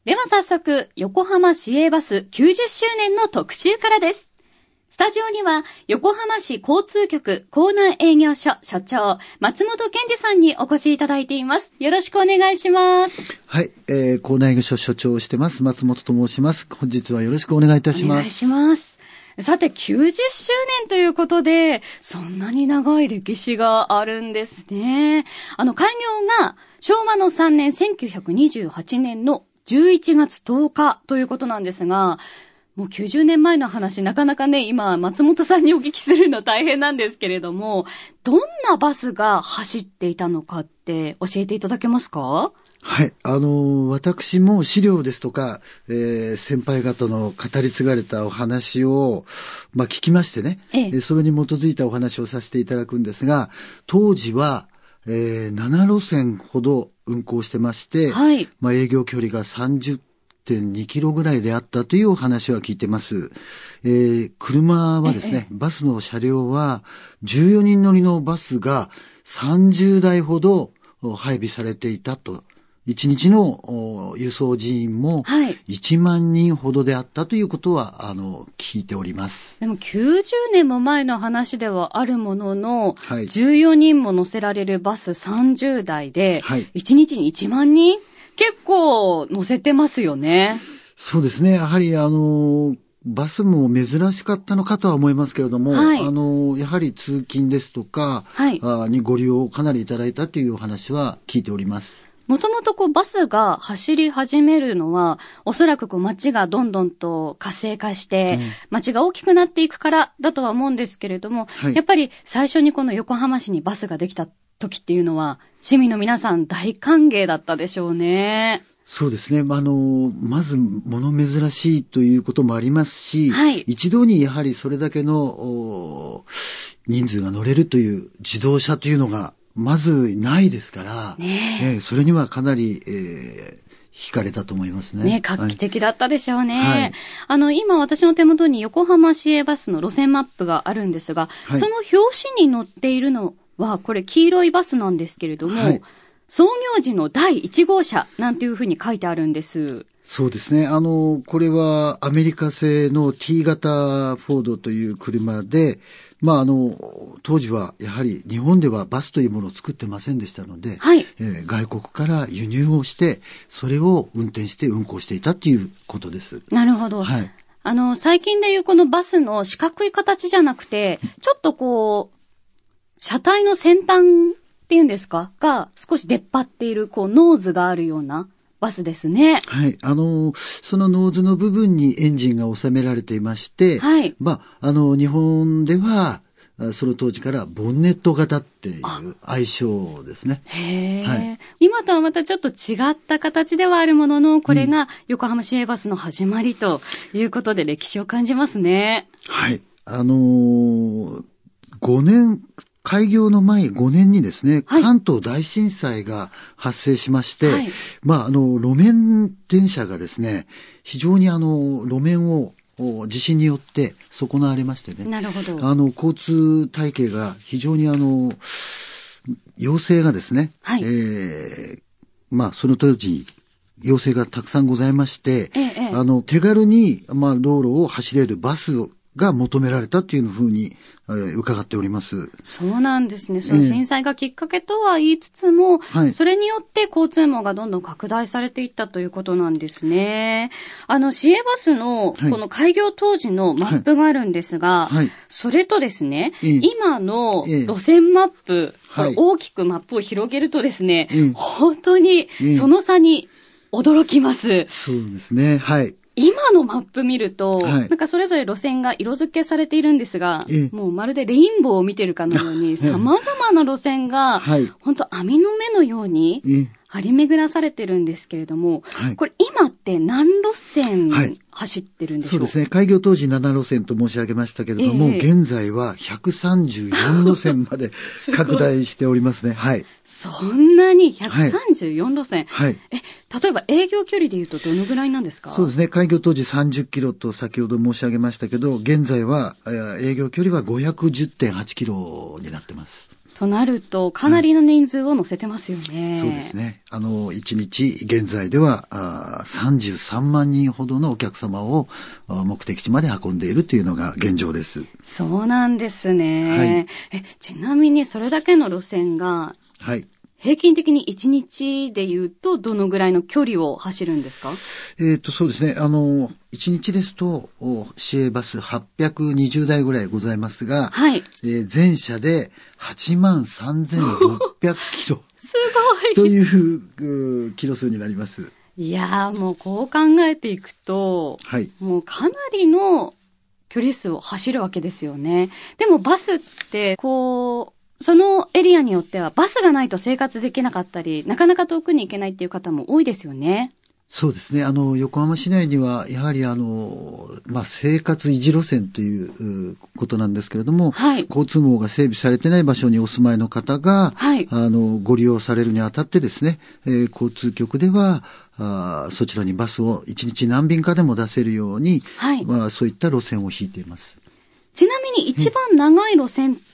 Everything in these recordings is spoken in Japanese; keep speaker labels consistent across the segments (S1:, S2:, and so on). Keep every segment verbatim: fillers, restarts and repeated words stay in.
S1: では早速、横浜市営バスきゅうじゅっしゅうねんの特集からです。スタジオには、横浜市交通局港南営業所所長、松本健二さんにお越しいただいています。よろしくお願いします。
S2: はい、えー、港南営業所所長をしてます、松本と申します。本日はよろしくお願いいたします。
S1: お願いします。さて、きゅうじゅっしゅうねんということで、そんなに長い歴史があるんですね。あの、開業がしょうわのさんねんせんきゅうひゃくにじゅうはちねんのじゅういちがつとおかということなんですが、もうきゅうじゅうねんまえの話、なかなかね、今、松本さんにお聞きするの大変なんですけれども、どんなバスが走っていたのかって教えていただけますか？
S2: はい。あの、私も資料ですとか、えー、先輩方の語り継がれたお話を、まあ、聞きましてね、ええ、それに基づいたお話をさせていただくんですが、当時は、えー、ななろせんほど運行してまして、はい、まあ、営業距離がさんじゅってんにキロぐらいであったというお話は聞いてます。えー、車はですね、ええ、バスの車両はじゅうよにん乗りのバスがさんじゅうだいほど配備されていたと。いちにちの輸送人員もいちまんにんほどであったということは、はい、あの聞いております。
S1: でもきゅうじゅうねんも前の話ではあるものの、はい、じゅうよにんも乗せられるバスさんじゅうだいで、はい、いちにちにいちまんにん結構乗せてますよね。
S2: そうですね。やはりあのバスも珍しかったのかとは思いますけれども、はい、あのやはり通勤ですとか、はい、あにご利用をかなりいただいたというお話は聞いております。
S1: もともとこうバスが走り始めるのは、おそらくこう街がどんどんと活性化して、街が大きくなっていくからだとは思うんですけれども、はい、やっぱり最初にこの横浜市にバスができた時っていうのは、市民の皆さん大歓迎だったでしょうね。
S2: そうですね。あの、まず、物珍しいということもありますし、はい、一度にやはりそれだけの人数が乗れるという自動車というのが、まずないですから、ねえー、それにはかなり、えー、惹かれたと思いますね。
S1: ね、画期的だったでしょうね。はい、あの、今私の手元に横浜市営バスの路線マップがあるんですが、はい、その表紙に載っているのは、これ黄色いバスなんですけれども、はい、創業時のだいいちごうしゃなんていうふうに書いてあるんです。
S2: そうですね。あの、これはアメリカ製の T 型フォードという車で、まああの、当時はやはり日本ではバスというものを作ってませんでしたので、はい、えー、外国から輸入をして、それを運転して運行していたということです。
S1: なるほど。はい。あの、最近でいうこのバスの四角い形じゃなくて、ちょっとこう、車体の先端っていうんですかが少し出っ張っている、こう、ノーズがあるようなバスですね。
S2: はい。あの、そのノーズの部分にエンジンが収められていまして、はい。まあ、あの、日本では、その当時からボンネット型っていう愛称ですね。
S1: へー。はい。今とはまたちょっと違った形ではあるものの、これが横浜市営バスの始まりということで歴史を感じますね。
S2: はい。あのー、ごねん、開業の前ごねんにですね、はい、関東大震災が発生しまして、はい、まあ、あの、路面電車がですね、非常にあの、路面を地震によって損なわれましてね。
S1: なるほど。
S2: あの、交通体系が非常にあの、要請がですね、はい、えー、まあ、その当時、要請がたくさんございまして、ええ、あの、手軽に、まあ、道路を走れるバスをが求められたというふうに、えー、伺っております。
S1: そうなんですね。その震災がきっかけとは言いつつも、えー、それによって交通網がどんどん拡大されていったということなんですね。あの、市営バスのこの開業当時のマップがあるんですが、はいはい、それとですね、えー、今の路線マップ、えー、大きくマップを広げるとですね、えー、本当にその差に驚きます。えー、
S2: そうですね。はい。
S1: 今のマップ見ると、はい、なんかそれぞれ路線が色付けされているんですが、ええ、もうまるでレインボーを見てるかのように、様々な路線が、はい、本当網の目のように張り巡らされてるんですけれども、はい、これ今って何路線走ってるんでしょうか？
S2: そうですね。開業当時なな路線と申し上げましたけれども、ええ、現在はひゃくさんじゅうよん路線まで拡大しておりますね。はい。
S1: そんなにひゃくさんじゅうよん路線。はい。え、例えば営業距離で言うとどのぐらいなんですか？
S2: そうですね。開業当時さんじゅっキロと先ほど申し上げましたけど、現在は営業距離は ごひゃくじゅってんはちキロになってます。
S1: となると、かなりの人数を乗せてますよね。
S2: はい、そうですね。あの、いちにち、現在ではあさんじゅうさんまんにんほどのお客様を目的地まで運んでいるというのが現状です。
S1: そうなんですね。はい、え、ちなみにそれだけの路線が、はい。平均的にいちにちで言うと、どのぐらいの距離を走るんですか？
S2: えっと、そうですね。あの、いちにちですと、市営バスはっぴゃくにじゅうだいぐらいございますが、はい。えー、全車ではちまんさんぜんろっぴゃくキロ。
S1: すごい。
S2: というキロ数になります。
S1: いやー、もうこう考えていくと、はい。もうかなりの距離数を走るわけですよね。でもバスって、こう、そのエリアによってはバスがないと生活できなかったり、なかなか遠くに行けないっていう方も多いですよね。
S2: そうですね。あの、横浜市内には、やはりあの、まあ、生活維持路線ということなんですけれども、はい、交通網が整備されてない場所にお住まいの方が、はい、あの、ご利用されるにあたってですね、えー、交通局では、あそちらにバスをいちにち何便かでも出せるように、はい、まあ、そういった路線を引いています。
S1: ちなみに一番長い路線って、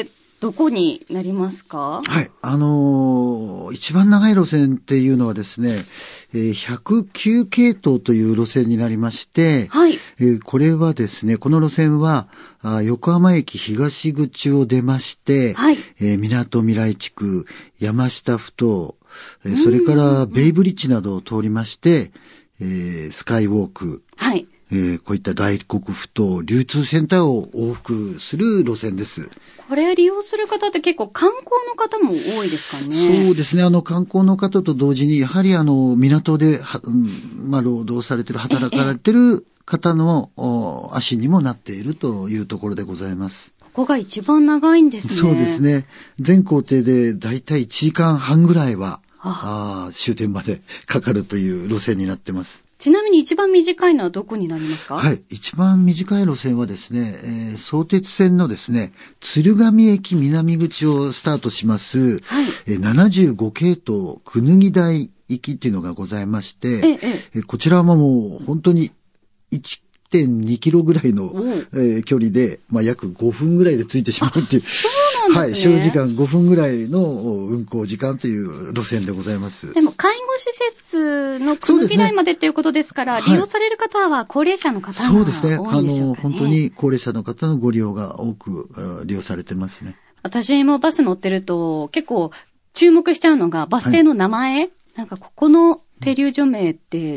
S1: どこになりますか？
S2: はい。あのー、一番長い路線っていうのはですね、えー、ひゃくきゅうけいとうという路線になりまして、はい。えー、これはですね、この路線は、あ横浜駅東口を出まして、はい。えー、港未来地区、山下ふ頭、えー、それからベイブリッジなどを通りまして、えー、スカイウォーク、はい。えー、こういった大黒ふ頭、流通センターを往復する路線です。
S1: これ利用する方って結構観光の方も多いですかね。
S2: そうですね。あの観光の方と同時に、やはりあの港では、うん、まあ労働されてる、働かれてる方の足にもなっているというところでございます。
S1: ここが一番長いんですね。
S2: そうですね。全行程でだいたいいちじかんはんぐらいは、ああ終点までかかるという路線になってます。
S1: ちなみに一番短いのはどこになりますか？
S2: はい。一番短い路線はですね、えー、相鉄線のですね、鶴上駅南口をスタートします、はい、えー、ななじゅうごけいとう椚台行きっていうのがございまして、えええー、こちらはもう本当にいってんにキロぐらいの、えー、距離で、まあ、約ごふんぐらいで着いてしまうっていう。はい、使用時間ごふんぐらいの運行時間という路線でございます。
S1: でも、介護施設の椚台までっていうことですから、ね、利用される方は高齢者の方が多いんでしょうかね。そうですね。あの、
S2: 本当に高齢者の方のご利用が多く利用されてますね。
S1: 私もバス乗ってると、結構注目しちゃうのが、バス停の名前、はい、なんかここの停留所名って、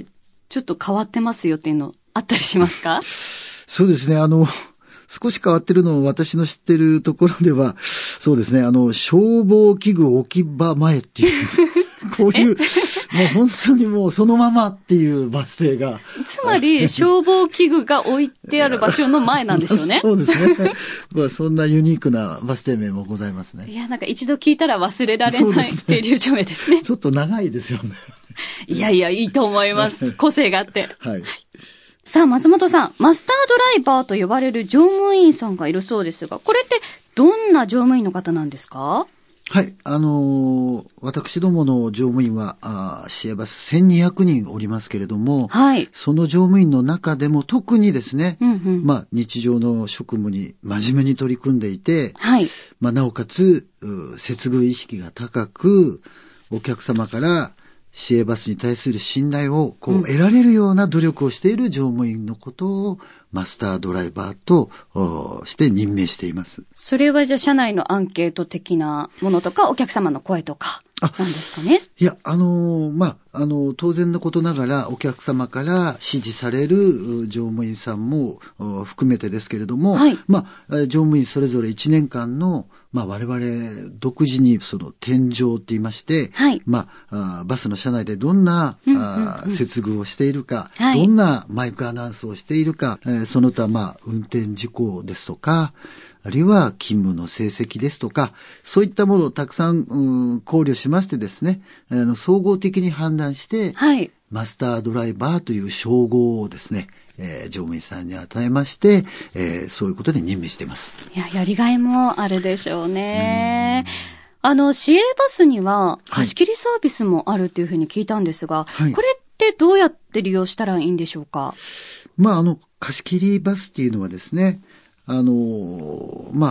S1: ちょっと変わってますよっていうのあったりしますか？
S2: そうですね。あの、少し変わってるのを私の知ってるところでは、そうですね、あの、消防器具置き場前っていう、こういう、もう本当にもうそのままっていうバス停が。
S1: つまり、消防器具が置いてある場所の前なんですよね。
S2: そうですね。まあ、そんなユニークなバス停名もございますね。
S1: いや、なんか一度聞いたら忘れられない停留所名ですね。
S2: ちょっと長いですよね。
S1: いやいや、いいと思います。個性があって。はい。さあ、松本さん、マスタードライバーと呼ばれる乗務員さんがいるそうですが、これってどんな乗務員の方なんですか？
S2: はい。あのー、私どもの乗務員は、あ市営バスせんにひゃくにんおりますけれども、はい。その乗務員の中でも特にですね、うんうん、まあ、日常の職務に真面目に取り組んでいて、はい。まあ、なおかつ、接遇意識が高く、お客様から、市営バスに対する信頼をこう得られるような努力をしている乗務員のことをマスタードライバーとして任命しています。
S1: それはじゃあ社内のアンケート的なものとかお客様の声とかなんですかね？
S2: いや、あのー、まあ、あのー、当然のことながらお客様から支持される乗務員さんも含めてですけれども、はい、まあ、乗務員それぞれいちねんかんのまあ我々独自にその添乗って言いまして、はい、まあ、あバスの車内でどんな、うんうんうん、あ接遇をしているか、はい、どんなマイクアナウンスをしているか、えー、その他まあ運転事故ですとか、あるいは勤務の成績ですとか、そういったものをたくさん、うん、考慮しましてですね、あの総合的に判断して、はい、マスタードライバーという称号をですね、えー、乗務員さんに与えまして、えー、そういうことで任命しています。
S1: いや、やりがいもあるでしょうね。あの、市営バスには貸し切りサービスもあるっていうふうに聞いたんですが、はい、これってどうやって利用したらいいんでしょうか？
S2: まあ、あの、貸し切りバスっていうのはですね、あの、まあ、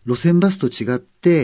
S2: 路線バスと違って、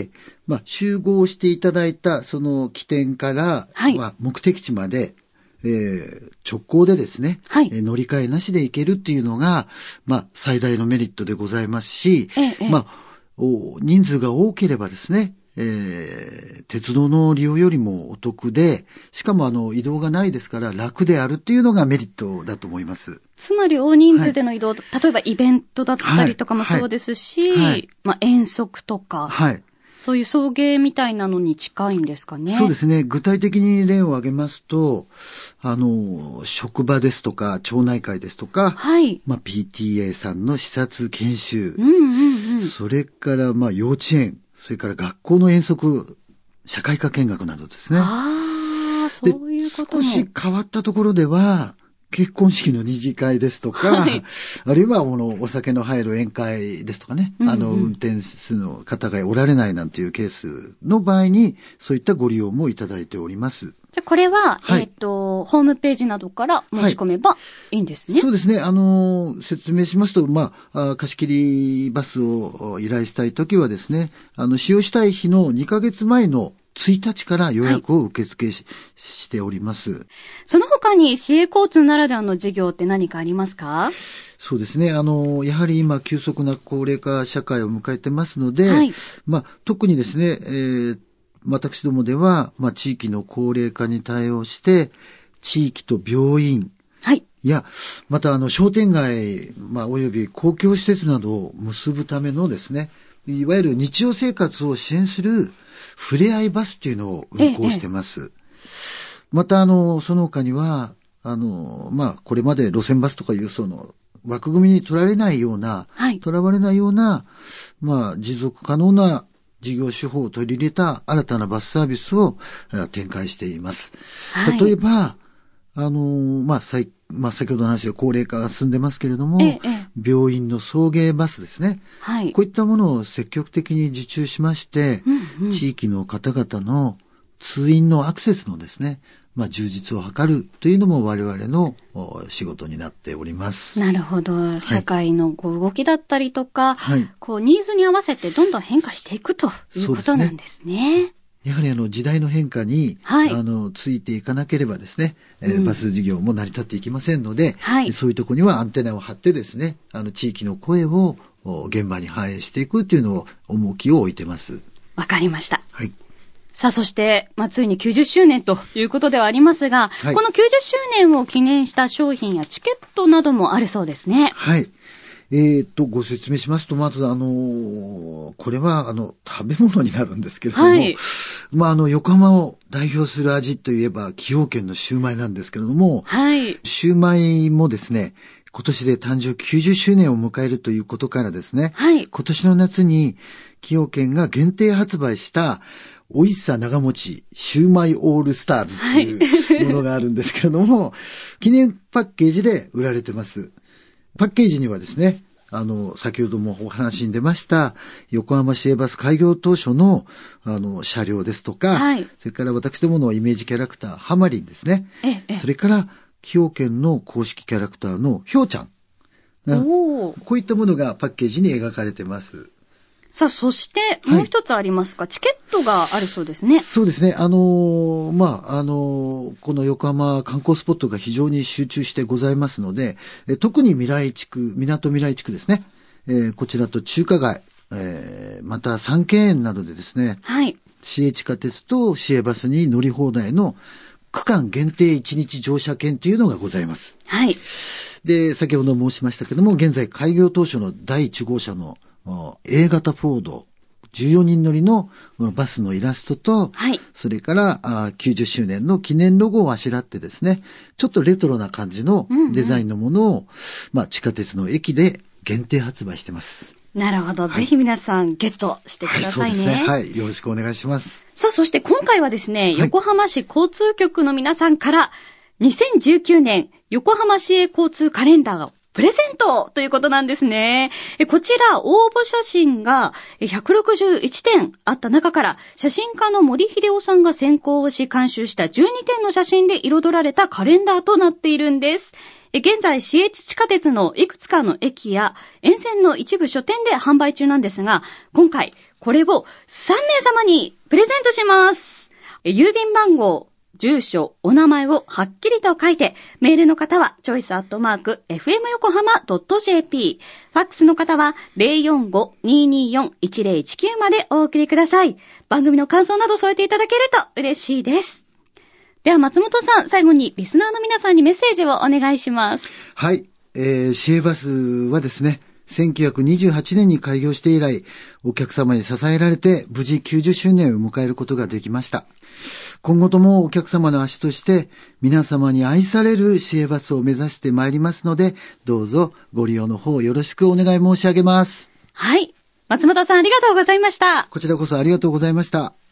S2: まあ、集合していただいたその起点から、はい、まあ、目的地まで、えー、直行でですね、はい、えー、乗り換えなしで行けるっていうのが、まあ、最大のメリットでございますし、ええ、まあ、人数が多ければですね、えー、鉄道の利用よりもお得で、しかもあの移動がないですから楽であるっていうのがメリットだと思います。
S1: つまり大人数での移動、はい、例えばイベントだったりとかもそうですし、はいはい、まあ遠足とか、はい、そういう送迎みたいなのに近いんですかね。
S2: そうですね。具体的に例を挙げますと、あの、職場ですとか、町内会ですとか、はい。まあ、ピーティーエー さんの視察研修、うんうんうん、それから、まあ、幼稚園、それから学校の遠足、社会科見学などですね。
S1: ああ、そういうことも。
S2: 少し変わったところでは、結婚式の二次会ですとか、はい、あるいはこのお酒の入る宴会ですとかね、うんうん、あの運転手の方がおられないなんていうケースの場合にそういったご利用もいただいております。
S1: じゃあこれは、はい、えっと、ホームページなどから申し込めばいいんですね。
S2: はい、そうですね。あの、説明しますと、まあ、貸し切りバスを依頼したいときはですね、あの、使用したい日のにかげつまえのいちにちから予約を受付 し,、はい、しております。
S1: その他に市営交通ならではの事業って何かありますか？
S2: そうですね。あの、やはり今急速な高齢化社会を迎えてますので、はい、まあ、特にですね、えー、私どもでは、まあ、地域の高齢化に対応して、地域と病院、はい。いや、またあの、商店街、まあ、および公共施設などを結ぶためのですね、いわゆる日常生活を支援するふれあいバスっていうのを運行してます。ええ、また、あの、その他には、あの、まあ、これまで路線バスとかいうその枠組みに取られないような、はい、取られないような、まあ、持続可能な事業手法を取り入れた新たなバスサービスを展開しています。はい、例えば、あの、まあ、最まあ、先ほどの話で高齢化が進んでますけれども、ええ、病院の送迎バスですね、はい。こういったものを積極的に受注しまして、うんうん、地域の方々の通院のアクセスのですね、まあ、充実を図るというのも我々の仕事になっております。
S1: なるほど。社会の動きだったりとか、はい、こうニーズに合わせてどんどん変化していくということなんですね。
S2: やはりあの時代の変化に、はい、あのついていかなければですね、えーうん、バス事業も成り立っていきませんので、はい、そういうところにはアンテナを張ってですね、あの地域の声を現場に反映していくというのを重きを置いてます。
S1: わかりました。はい。さあ、そして、まあ、ついにきゅうじゅっしゅうねんということではありますが、はい、このきゅうじゅっしゅうねんを記念した商品やチケットなどもあるそうですね。
S2: はい。えー、っと、ご説明しますと、まず、あのー、これは、あの、食べ物になるんですけれども、はい、まあ、あの、横浜を代表する味といえば、崎陽軒のシューマイなんですけれども、はい。シューマイもですね、今年で誕生きゅうじゅっしゅうねんを迎えるということからですね、はい。今年の夏に、崎陽軒が限定発売した、おいしさ長持ちシューマイオールスターズっていうものがあるんですけれども、はい、記念パッケージで売られてます。パッケージにはですね、あの、先ほどもお話に出ました、横浜市営バス開業当初の、あの、車両ですとか、はい、それから私どものイメージキャラクター、ハマリンですね。ええ、それから、崎陽軒の公式キャラクターのひょうちゃん。おー。こういったものがパッケージに描かれてます。
S1: さあ、そして、もう一つありますか、はい、チケットがあるそうですね。
S2: そうですね。あのー、まあ、あのー、この横浜観光スポットが非常に集中してございますので、え特に未来地区、港未来地区ですね。えー、こちらと中華街、えー、また三軒園などでですね、はい。市営地下鉄と市営バスに乗り放題の区間限定いちにち乗車券というのがございます。はい。で、先ほど申しましたけども、現在開業当初のだいいち号車のA 型フォードじゅうよにん乗りのバスのイラストと、はい、それからあきゅうじゅっしゅうねんの記念ロゴをあしらってですね、ちょっとレトロな感じのデザインのものを、うんうん、まあ、地下鉄の駅で限定発売してます。
S1: なるほど、はい。ぜひ皆さんゲットしてくださいね。はい、そうですね。
S2: はい。よろしくお願いします。
S1: さあ、そして今回はですね、はい、横浜市交通局の皆さんからにせんじゅうきゅうねん横浜市営交通カレンダーをプレゼントということなんですね。こちら応募写真がひゃくろくじゅういってんあった中から写真家の森秀夫さんが選考をし監修したじゅうにてんの写真で彩られたカレンダーとなっているんです。 現在、市営地下鉄のいくつかの駅や沿線の一部書店で販売中なんですが、今回、これをさんめいさまにプレゼントします。郵便番号、住所、お名前をはっきりと書いて、メールの方は、チョイスアットマーク、エフエム 横浜 ドット ジェーピー、ファックスの方は、ゼロよんご にーにーよん いちゼロいちきゅうまでお送りください。番組の感想など添えていただけると嬉しいです。では、松本さん、最後にリスナーの皆さんにメッセージをお願いします。
S2: はい、えー、市営バスはですね、せんきゅうひゃくにじゅうはちねんに開業して以来、お客様に支えられて無事きゅうじゅっしゅうねんを迎えることができました。今後ともお客様の足として皆様に愛される市営バスを目指してまいりますので、どうぞご利用の方よろしくお願い申し上げます。
S1: はい。松本さんありがとうございました。
S2: こちらこそありがとうございました。